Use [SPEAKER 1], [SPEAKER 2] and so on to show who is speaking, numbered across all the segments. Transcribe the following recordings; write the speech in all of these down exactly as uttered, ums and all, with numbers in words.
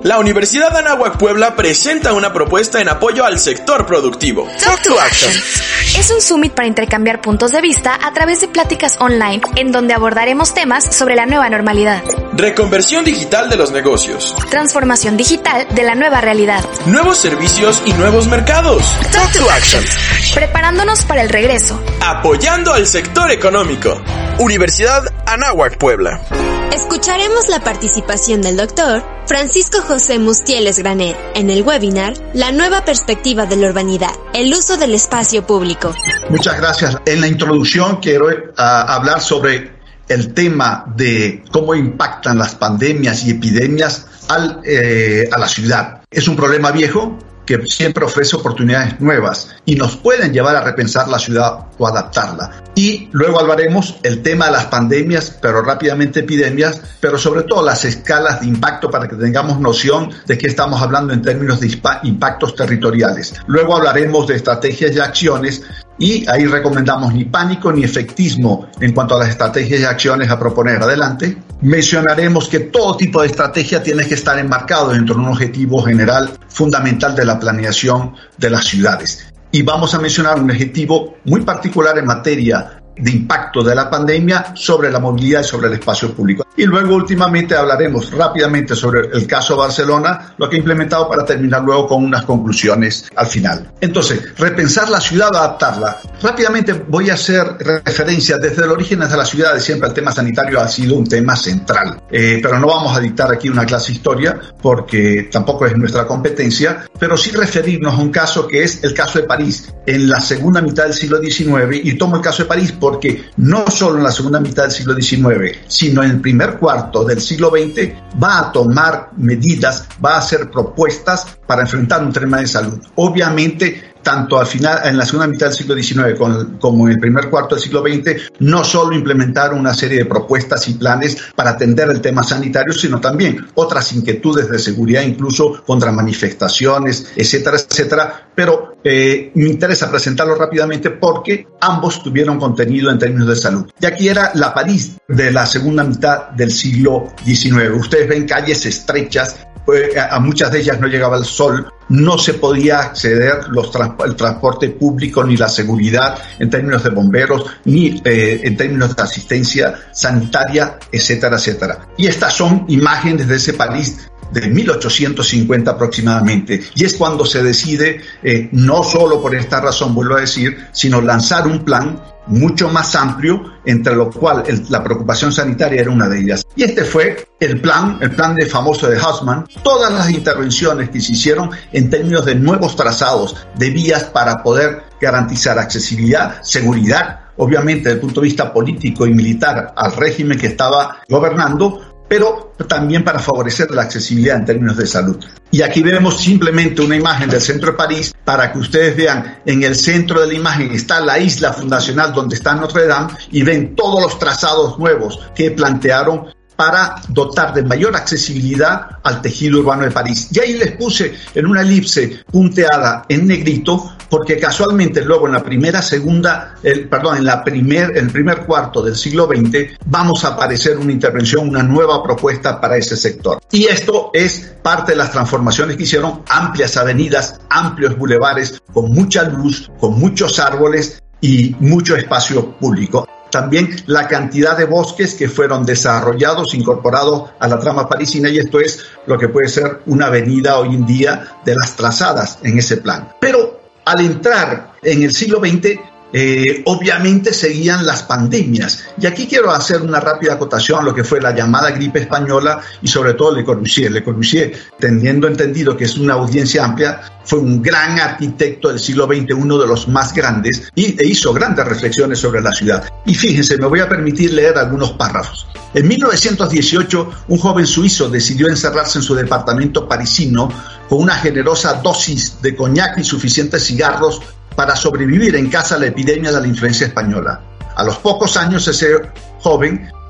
[SPEAKER 1] La Universidad Anáhuac Puebla presenta una propuesta en apoyo al sector productivo.
[SPEAKER 2] Talk to Action. Es un summit para intercambiar puntos de vista a través de pláticas online en donde abordaremos temas sobre la nueva normalidad.
[SPEAKER 1] Reconversión digital de los negocios.
[SPEAKER 2] Transformación digital de la nueva realidad.
[SPEAKER 1] Nuevos servicios y nuevos mercados.
[SPEAKER 2] Talk to Action. Preparándonos para el regreso.
[SPEAKER 1] Apoyando al sector económico. Universidad Anáhuac Puebla.
[SPEAKER 3] Escucharemos la participación del doctor Francisco José Mustieles Granet en el webinar La nueva perspectiva de la urbanidad, el uso del espacio público.
[SPEAKER 4] Muchas gracias. En la introducción quiero uh, hablar sobre el tema de cómo impactan las pandemias y epidemias al, eh, a la ciudad. Es un problema viejo que siempre ofrece oportunidades nuevas y nos pueden llevar a repensar la ciudad o adaptarla. Y luego hablaremos el tema de las pandemias, pero rápidamente epidemias, pero sobre todo las escalas de impacto para que tengamos noción de qué estamos hablando en términos de impactos territoriales. Luego hablaremos de estrategias y acciones y ahí recomendamos ni pánico ni efectismo en cuanto a las estrategias y acciones a proponer adelante. Mencionaremos que todo tipo de estrategia tiene que estar enmarcado dentro de un objetivo general fundamental de la planeación de las ciudades. Y vamos a mencionar un objetivo muy particular en materia de impacto de la pandemia sobre la movilidad y sobre el espacio público. Y luego últimamente hablaremos rápidamente sobre el caso Barcelona, lo que he implementado para terminar luego con unas conclusiones al final. Entonces, repensar la ciudad, adaptarla. Rápidamente voy a hacer referencia desde el origen de la ciudad, siempre el tema sanitario ha sido un tema central. Eh, pero no vamos a dictar aquí una clase de historia porque tampoco es nuestra competencia, pero sí referirnos a un caso que es el caso de París en la segunda mitad del siglo diecinueve, y tomo el caso de París porque no solo en la segunda mitad del siglo diecinueve, sino en el primer cuarto del siglo veinte va a tomar medidas, va a hacer propuestas para enfrentar un tema de salud. Obviamente, tanto al final, en la segunda mitad del siglo diecinueve como en el primer cuarto del siglo veinte, no solo implementaron una serie de propuestas y planes para atender el tema sanitario, sino también otras inquietudes de seguridad, incluso contra manifestaciones, etcétera, etcétera. Pero eh, me interesa presentarlo rápidamente porque ambos tuvieron contenido en términos de salud. Y aquí era la París de la segunda mitad del siglo diecinueve. Ustedes ven calles estrechas, pues, a muchas de ellas no llegaba el sol, no se podía acceder los trans- el transporte público ni la seguridad en términos de bomberos ni eh, en términos de asistencia sanitaria, etcétera, etcétera. Y estas son imágenes de ese París de mil ochocientos cincuenta aproximadamente, y es cuando se decide, eh, no solo por esta razón, vuelvo a decir, sino lanzar un plan mucho más amplio, entre lo cual el, la preocupación sanitaria era una de ellas. Y este fue el plan, el plan de famoso de Haussmann, todas las intervenciones que se hicieron en términos de nuevos trazados de vías para poder garantizar accesibilidad, seguridad, obviamente desde el punto de vista político y militar al régimen que estaba gobernando, pero también para favorecer la accesibilidad en términos de salud. Y aquí vemos simplemente una imagen del centro de París para que ustedes vean, en el centro de la imagen está la isla fundacional donde está Notre Dame y ven todos los trazados nuevos que plantearon para dotar de mayor accesibilidad al tejido urbano de París. Y ahí les puse en una elipse punteada en negrito, porque casualmente luego en la primera, segunda, el, perdón, en la primer, el primer cuarto del siglo veinte vamos a aparecer una intervención, una nueva propuesta para ese sector. Y esto es parte de las transformaciones que hicieron: amplias avenidas, amplios bulevares, con mucha luz, con muchos árboles y mucho espacio público. También la cantidad de bosques que fueron desarrollados, incorporados a la trama parisina, y esto es lo que puede ser una avenida hoy en día de las trazadas en ese plan. Pero al entrar en el siglo veinte, eh, obviamente seguían las pandemias. Y aquí quiero hacer una rápida acotación a lo que fue la llamada gripe española y sobre todo Le Corbusier. Le Corbusier, teniendo entendido que es una audiencia amplia, fue un gran arquitecto del siglo veinte, uno de los más grandes, y e hizo grandes reflexiones sobre la ciudad. Y fíjense, me voy a permitir leer algunos párrafos. En mil novecientos dieciocho, un joven suizo decidió encerrarse en su departamento parisino con una generosa dosis de coñac y suficientes cigarros para sobrevivir en casa a la epidemia de la influenza española. A los pocos años, ese joven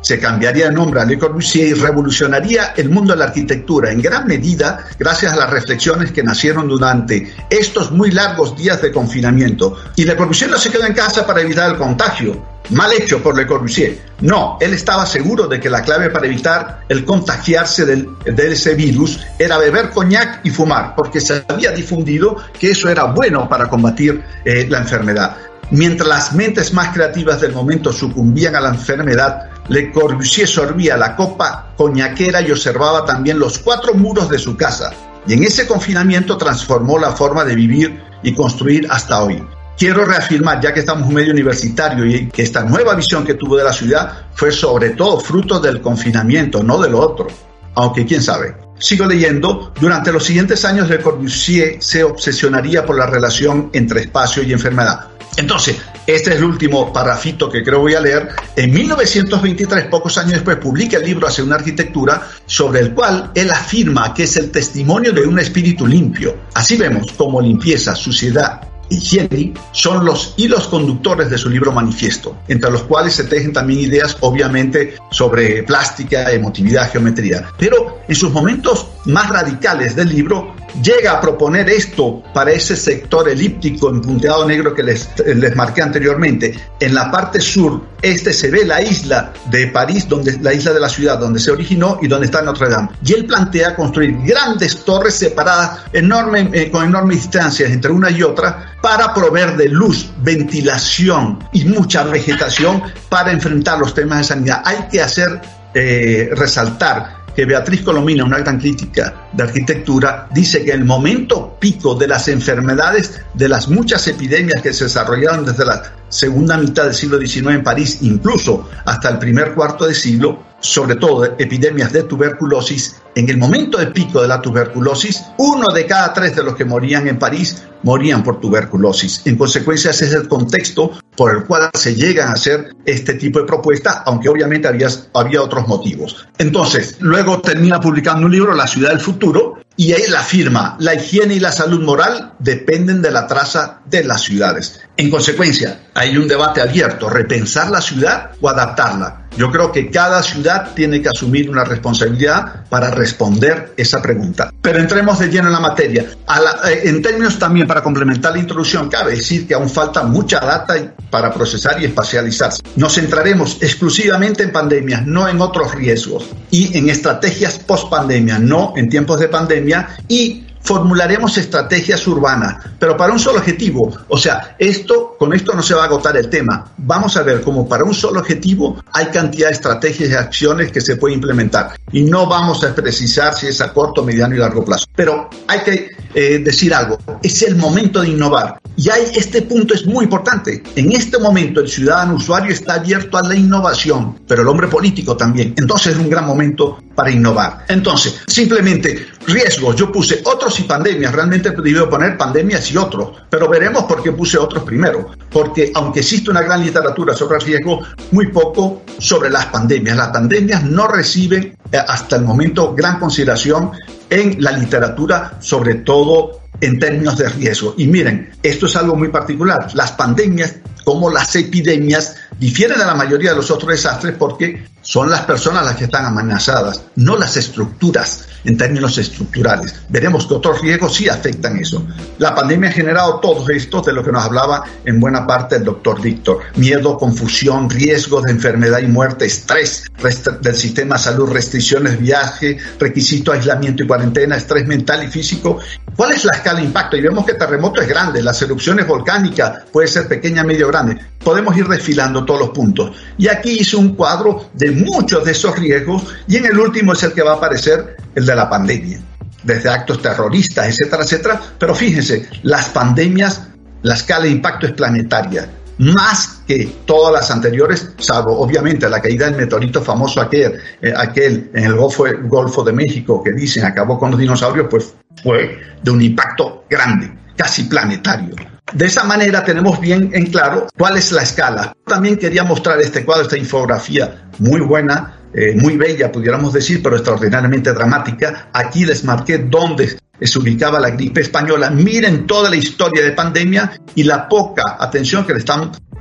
[SPEAKER 4] se cambiaría de nombre a Le Corbusier y revolucionaría el mundo de la arquitectura, en gran medida gracias a las reflexiones que nacieron durante estos muy largos días de confinamiento. Y Le Corbusier no se quedó en casa para evitar el contagio. Mal hecho por Le Corbusier. No, él estaba seguro de que la clave para evitar el contagiarse del, de ese virus era beber coñac y fumar, porque se había difundido que eso era bueno para combatir eh, la enfermedad. Mientras las mentes más creativas del momento sucumbían a la enfermedad, Le Corbusier sorbía la copa coñaquera y observaba también los cuatro muros de su casa. Y en ese confinamiento transformó la forma de vivir y construir hasta hoy. Quiero reafirmar, ya que estamos en un medio universitario, y que esta nueva visión que tuvo de la ciudad fue sobre todo fruto del confinamiento, no de lo otro. Aunque quién sabe. Sigo leyendo. Durante los siguientes años, Le Corbusier se obsesionaría por la relación entre espacio y enfermedad. Entonces, este es el último parrafito que creo voy a leer. En mil novecientos veintitrés, pocos años después, publica el libro Hacia una arquitectura, sobre el cual él afirma que es el testimonio de un espíritu limpio. Así vemos cómo limpieza, suciedad, higiene son los hilos conductores de su libro manifiesto, entre los cuales se tejen también ideas obviamente sobre plástica, emotividad, geometría. Pero en sus momentos más radicales del libro llega a proponer esto para ese sector elíptico en punteado negro que les, les marqué anteriormente. En la parte sur este se ve la isla de París, donde, la isla de la ciudad donde se originó y donde está Notre Dame. Y él plantea construir grandes torres separadas enorme, eh, con enormes distancias entre una y otra, para proveer de luz, ventilación y mucha vegetación para enfrentar los temas de sanidad. Hay que hacer eh, resaltar que Beatriz Colomina, una gran crítica de arquitectura, dice que el momento pico de las enfermedades, de las muchas epidemias que se desarrollaron desde la segunda mitad del siglo diecinueve en París, incluso hasta el primer cuarto de siglo, sobre todo epidemias de tuberculosis, en el momento de pico de la tuberculosis, uno de cada tres de los que morían en París morían por tuberculosis. En consecuencia, ese es el contexto por el cual se llegan a hacer este tipo de propuestas, aunque obviamente había, había otros motivos. Entonces, luego termina publicando un libro, La ciudad del futuro, y él afirma, la higiene y la salud moral dependen de la traza de las ciudades. En consecuencia, hay un debate abierto, repensar la ciudad o adaptarla. Yo creo que cada ciudad tiene que asumir una responsabilidad para responder esa pregunta. Pero entremos de lleno en la materia. A la, eh, en términos también, para complementar la introducción, cabe decir que aún falta mucha data para procesar y espacializarse. Nos centraremos exclusivamente en pandemias, no en otros riesgos, y en estrategias post-pandemia, no en tiempos de pandemia, y formularemos estrategias urbanas, pero para un solo objetivo. O sea, esto, con esto no se va a agotar el tema. Vamos a ver cómo para un solo objetivo hay cantidad de estrategias y acciones que se pueden implementar. Y no vamos a precisar si es a corto, mediano y largo plazo. Pero hay que eh, decir algo. Es el momento de innovar. Y hay, este punto es muy importante. En este momento el ciudadano usuario está abierto a la innovación, pero el hombre político también. Entonces es un gran momento para innovar. Entonces, simplemente, riesgos. Yo puse otros y pandemias. Realmente debí poner pandemias y otros, pero veremos por qué puse otros primero. Porque aunque existe una gran literatura sobre el riesgo, muy poco sobre las pandemias. Las pandemias no reciben eh, hasta el momento gran consideración en la literatura, sobre todo en términos de riesgo. Y miren, esto es algo muy particular. Las pandemias, como las epidemias, difieren de la mayoría de los otros desastres porque son las personas las que están amenazadas, no las estructuras en términos estructurales. Veremos que otros riesgos sí afectan eso. La pandemia ha generado todos estos de lo que nos hablaba en buena parte el doctor Víctor. Miedo, confusión, riesgos de enfermedad y muerte, estrés del sistema de salud, restricciones, viaje, requisito, aislamiento y cuarentena, estrés mental y físico. ¿Cuál es la escala de impacto? Y vemos que el terremoto es grande, las erupciones volcánicas puede ser pequeña, medio, grande. Podemos ir desfilando todos los puntos. Y aquí hice un cuadro de muchos de esos riesgos y en el último es el que va a aparecer, el de la pandemia. Desde actos terroristas, etcétera, etcétera. Pero fíjense, las pandemias, la escala de impacto es planetaria. Más que todas las anteriores, salvo obviamente la caída del meteorito famoso aquel, eh, aquel en el Golfo, el Golfo de México que dicen acabó con los dinosaurios, pues fue de un impacto grande, casi planetario. De esa manera tenemos bien en claro cuál es la escala. También quería mostrar este cuadro, esta infografía muy buena, eh, muy bella pudiéramos decir, pero extraordinariamente dramática. Aquí les marqué dónde se ubicaba la gripe española. Miren toda la historia de pandemia y la poca atención que le están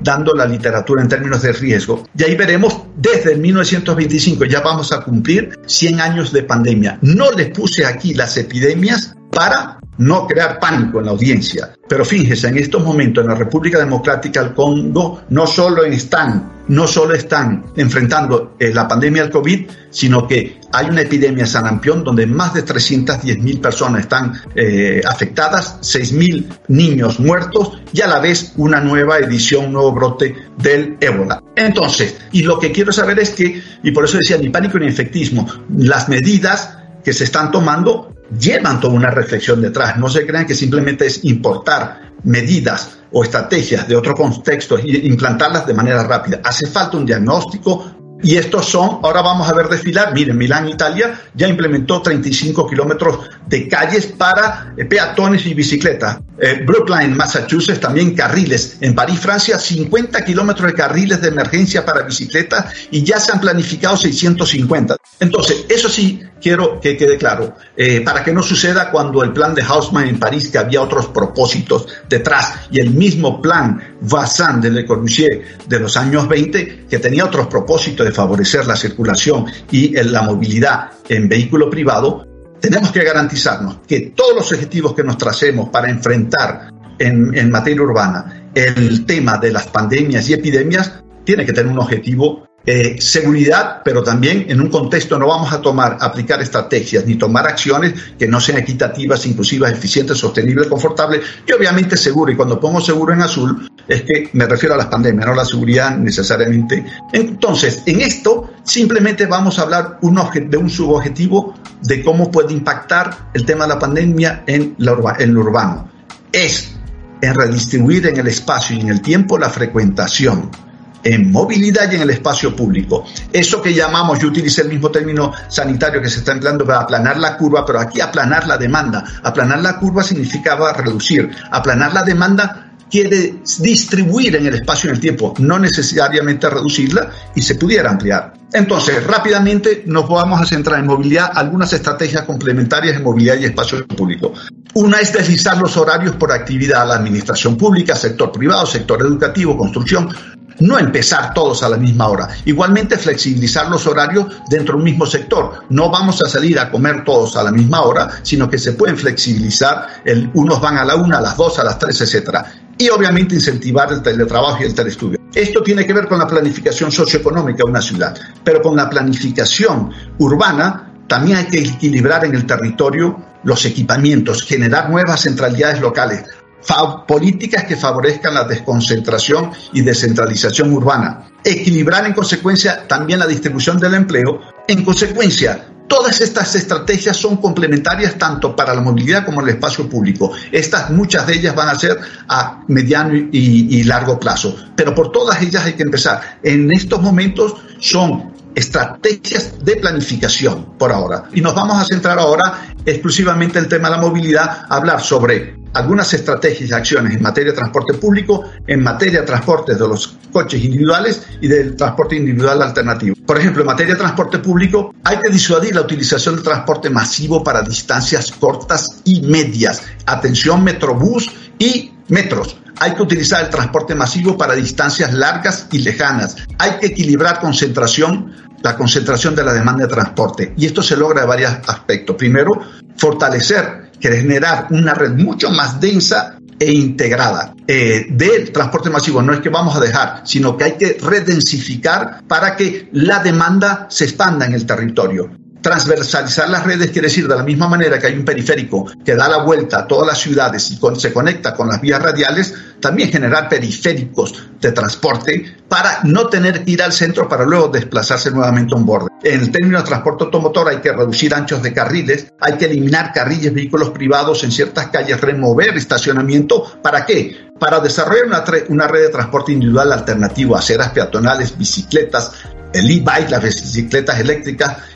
[SPEAKER 4] dando la literatura en términos de riesgo. Y ahí veremos, desde mil novecientos veinticinco ya vamos a cumplir cien años de pandemia. No les puse aquí las epidemias para no crear pánico en la audiencia. Pero fíjense, en estos momentos en la República Democrática del Congo no solo están, no solo están enfrentando eh, la pandemia del COVID, sino que hay una epidemia en sarampión donde más de trescientas diez mil personas están eh, afectadas, seis mil niños muertos y a la vez una nueva edición, un nuevo brote del ébola. Entonces, y lo que quiero saber es que, y por eso decía ni pánico ni infectismo, las medidas que se están tomando llevan toda una reflexión detrás. No se crean que simplemente es importar medidas o estrategias de otro contexto e implantarlas de manera rápida. Hace falta un diagnóstico y estos son, ahora vamos a ver desfilar, miren, Milán, Italia, ya implementó treinta y cinco kilómetros de calles para eh, peatones y bicicletas. Eh, Brookline, Massachusetts, también carriles. En París, Francia, cincuenta kilómetros de carriles de emergencia para bicicletas y ya se han planificado seiscientos cincuenta. Entonces, eso sí quiero que quede claro, eh, para que no suceda cuando el plan de Haussmann en París, que había otros propósitos detrás, y el mismo plan Vincent de Le Corbusier de los años veinte, que tenía otros propósitos de favorecer la circulación y la movilidad en vehículo privado. Tenemos que garantizarnos que todos los objetivos que nos tracemos para enfrentar en, en materia urbana el tema de las pandemias y epidemias tiene que tener un objetivo Eh, seguridad, pero también en un contexto no vamos a tomar, aplicar estrategias ni tomar acciones que no sean equitativas, inclusivas, eficientes, sostenibles, confortables y obviamente seguro. Y cuando pongo seguro en azul es que me refiero a las pandemias, no a la seguridad necesariamente. Entonces, en esto simplemente vamos a hablar un de un subobjetivo de cómo puede impactar el tema de la pandemia en, la urba, en lo urbano. Es en redistribuir en el espacio y en el tiempo la frecuentación, en movilidad y en el espacio público. Eso que llamamos, yo utilicé el mismo término sanitario que se está empleando para aplanar la curva, pero aquí aplanar la demanda. Aplanar la curva significaba reducir. Aplanar la demanda quiere distribuir en el espacio y en el tiempo, no necesariamente reducirla y se pudiera ampliar. Entonces, rápidamente nos vamos a centrar en movilidad, algunas estrategias complementarias en movilidad y espacio público. Una es deslizar los horarios por actividad a la administración pública, sector privado, sector educativo, construcción. No empezar todos a la misma hora. Igualmente flexibilizar los horarios dentro de un mismo sector. No vamos a salir a comer todos a la misma hora, sino que se pueden flexibilizar. El, unos van a la una, a las dos, a las tres, etcétera. Y obviamente incentivar el teletrabajo y el telestudio. Esto tiene que ver con la planificación socioeconómica de una ciudad, pero con la planificación urbana también hay que equilibrar en el territorio los equipamientos, generar nuevas centralidades locales. Políticas que favorezcan la desconcentración y descentralización urbana. Equilibrar en consecuencia también la distribución del empleo. En consecuencia, todas estas estrategias son complementarias tanto para la movilidad como el espacio público. Estas, muchas de ellas van a ser a mediano y, y largo plazo, pero por todas ellas hay que empezar. En estos momentos son estrategias de planificación por ahora. Y nos vamos a centrar ahora exclusivamente en el tema de la movilidad, a hablar sobre algunas estrategias y acciones en materia de transporte público, en materia de transporte de los coches individuales y del transporte individual alternativo. Por ejemplo, en materia de transporte público, hay que disuadir la utilización del transporte masivo para distancias cortas y medias. Atención, Metrobús y metros. Hay que utilizar el transporte masivo para distancias largas y lejanas. Hay que equilibrar concentración, la concentración de la demanda de transporte. Y esto se logra de varios aspectos. Primero, fortalecer, generar una red mucho más densa e integrada eh, del transporte masivo. No es que vamos a dejar, sino que hay que redensificar para que la demanda se expanda en el territorio. Transversalizar las redes quiere decir, de la misma manera que hay un periférico que da la vuelta a todas las ciudades y con, se conecta con las vías radiales, también generar periféricos de transporte para no tener que ir al centro para luego desplazarse nuevamente a un borde. En el término de transporte automotor hay que reducir anchos de carriles, hay que eliminar carriles, vehículos privados en ciertas calles, remover estacionamiento. ¿Para qué? Para desarrollar una, una red de transporte individual alternativo, aceras peatonales, bicicletas, el e-bike, las bicicletas eléctricas,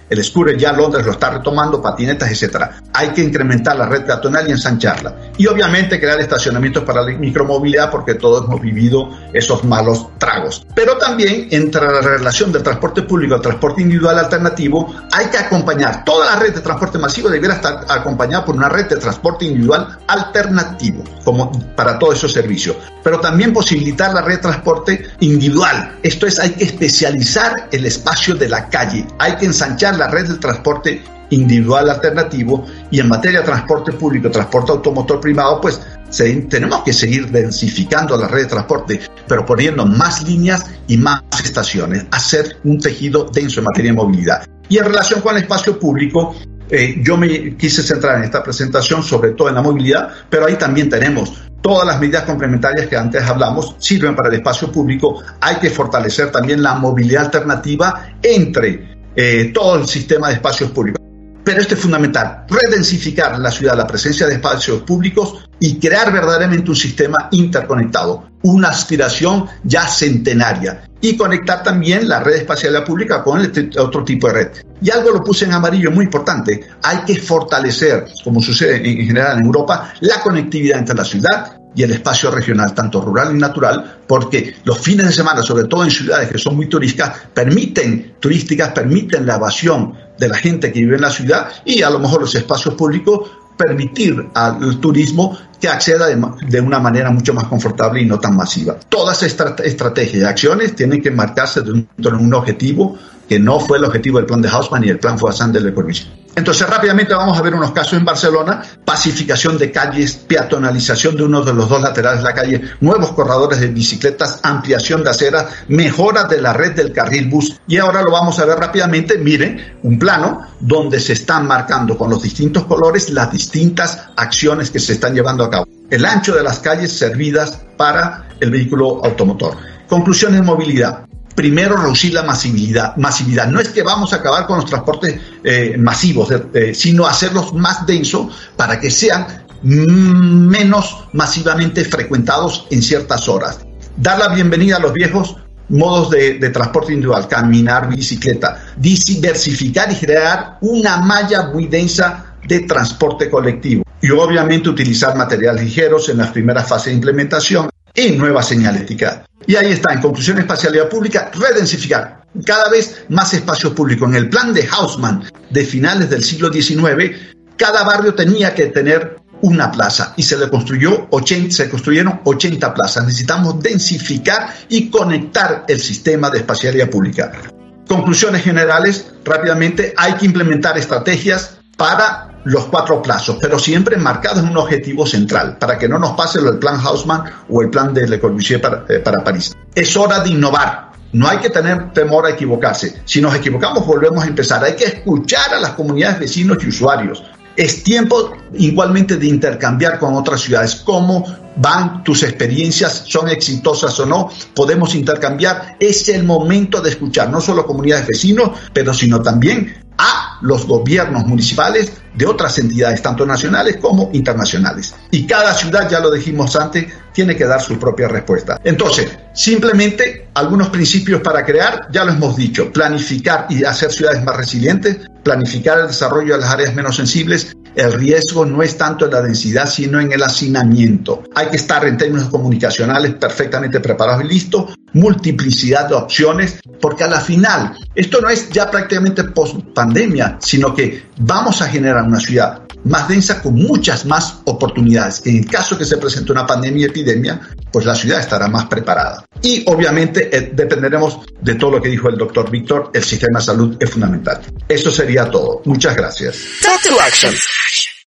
[SPEAKER 4] El scooter ya Londres lo está retomando, patinetas, etcétera. Hay que incrementar la red peatonal y ensancharla. Y obviamente crear estacionamientos para la micromovilidad, porque todos hemos vivido esos malos tragos. Pero también, entre la relación del transporte público al transporte individual alternativo, hay que acompañar. Toda la red de transporte masivo debiera estar acompañada por una red de transporte individual alternativo, como para todos esos servicios. Pero también posibilitar la red de transporte individual. Esto es, hay que especializar el espacio de la calle. Hay que ensanchar la red del transporte individual alternativo, y en materia de transporte público, transporte automotor privado, pues se, tenemos que seguir densificando la red de transporte, pero poniendo más líneas y más estaciones, hacer un tejido denso en materia de movilidad. Y en relación con el espacio público, eh, yo me quise centrar en esta presentación sobre todo en la movilidad, pero ahí también tenemos todas las medidas complementarias que antes hablamos, sirven para el espacio público. Hay que fortalecer también la movilidad alternativa entre eh, todo el sistema de espacios públicos. Pero esto es fundamental, redensificar en la ciudad la presencia de espacios públicos y crear verdaderamente un sistema interconectado, una aspiración ya centenaria, y conectar también la red espacial pública con el otro tipo de red. Y algo lo puse en amarillo muy importante, hay que fortalecer, como sucede en general en Europa, la conectividad entre la ciudad y el espacio regional, tanto rural y natural, porque los fines de semana, sobre todo en ciudades que son muy turísticas, permiten, turísticas, permiten la evasión de la gente que vive en la ciudad, y a lo mejor los espacios públicos permitir al turismo que acceda de, de una manera mucho más confortable y no tan masiva. Todas estas estrategias y acciones tienen que marcarse dentro de un objetivo que no fue el objetivo del plan de Haussmann y el plan Fouassant de Le Corbusier. Entonces, rápidamente vamos a ver unos casos en Barcelona: pacificación de calles, peatonalización de uno de los dos laterales de la calle, nuevos corredores de bicicletas, ampliación de aceras, mejora de la red del carril bus. Y ahora lo vamos a ver rápidamente. Miren, un plano donde se están marcando con los distintos colores las distintas acciones que se están llevando a cabo. El ancho de las calles servidas para el vehículo automotor. Conclusiones de movilidad. Primero, reducir la masividad. masividad. No es que vamos a acabar con los transportes eh, masivos, eh, sino hacerlos más densos para que sean menos masivamente frecuentados en ciertas horas. Dar la bienvenida a los viejos modos de, de transporte individual, caminar, bicicleta. Diversificar y crear una malla muy densa de transporte colectivo. Y obviamente utilizar materiales ligeros en las primeras fases de implementación y nueva señalética. Y ahí está, en conclusión, espacialidad pública, redensificar cada vez más espacios públicos. En el plan de Haussmann de finales del siglo diecinueve, cada barrio tenía que tener una plaza y se le construyó ochenta, se construyeron ochenta plazas. Necesitamos densificar y conectar el sistema de espacialidad pública. Conclusiones generales, rápidamente, hay que implementar estrategias para los cuatro plazos, pero siempre marcados en un objetivo central, para que no nos pase lo del plan Haussmann o el plan de Le Corbusier para, eh, para París. Es hora de innovar. No hay que tener temor a equivocarse. Si nos equivocamos, volvemos a empezar. Hay que escuchar a las comunidades, vecinos y usuarios. Es tiempo igualmente de intercambiar con otras ciudades. ¿Cómo van tus experiencias? ¿Son exitosas o no? Podemos intercambiar. Es el momento de escuchar no solo comunidades vecinos, pero sino también a los gobiernos municipales de otras entidades, tanto nacionales como internacionales. Y cada ciudad, ya lo dijimos antes, tiene que dar su propia respuesta. Entonces, simplemente algunos principios para crear, ya lo hemos dicho: planificar y hacer ciudades más resilientes, planificar el desarrollo de las áreas menos sensibles. El riesgo no es tanto en la densidad, sino en el hacinamiento. Hay que estar en términos comunicacionales perfectamente preparados y listos, multiplicidad de opciones, porque a la final, esto no es ya prácticamente post-pandemia, sino que vamos a generar una ciudad más densa con muchas más oportunidades. En el caso que se presente una pandemia y epidemia, pues la ciudad estará más preparada. Y obviamente eh, dependeremos de todo lo que dijo el doctor Víctor. El sistema de salud es fundamental. Eso sería todo. Muchas gracias.
[SPEAKER 1] Talk to Action.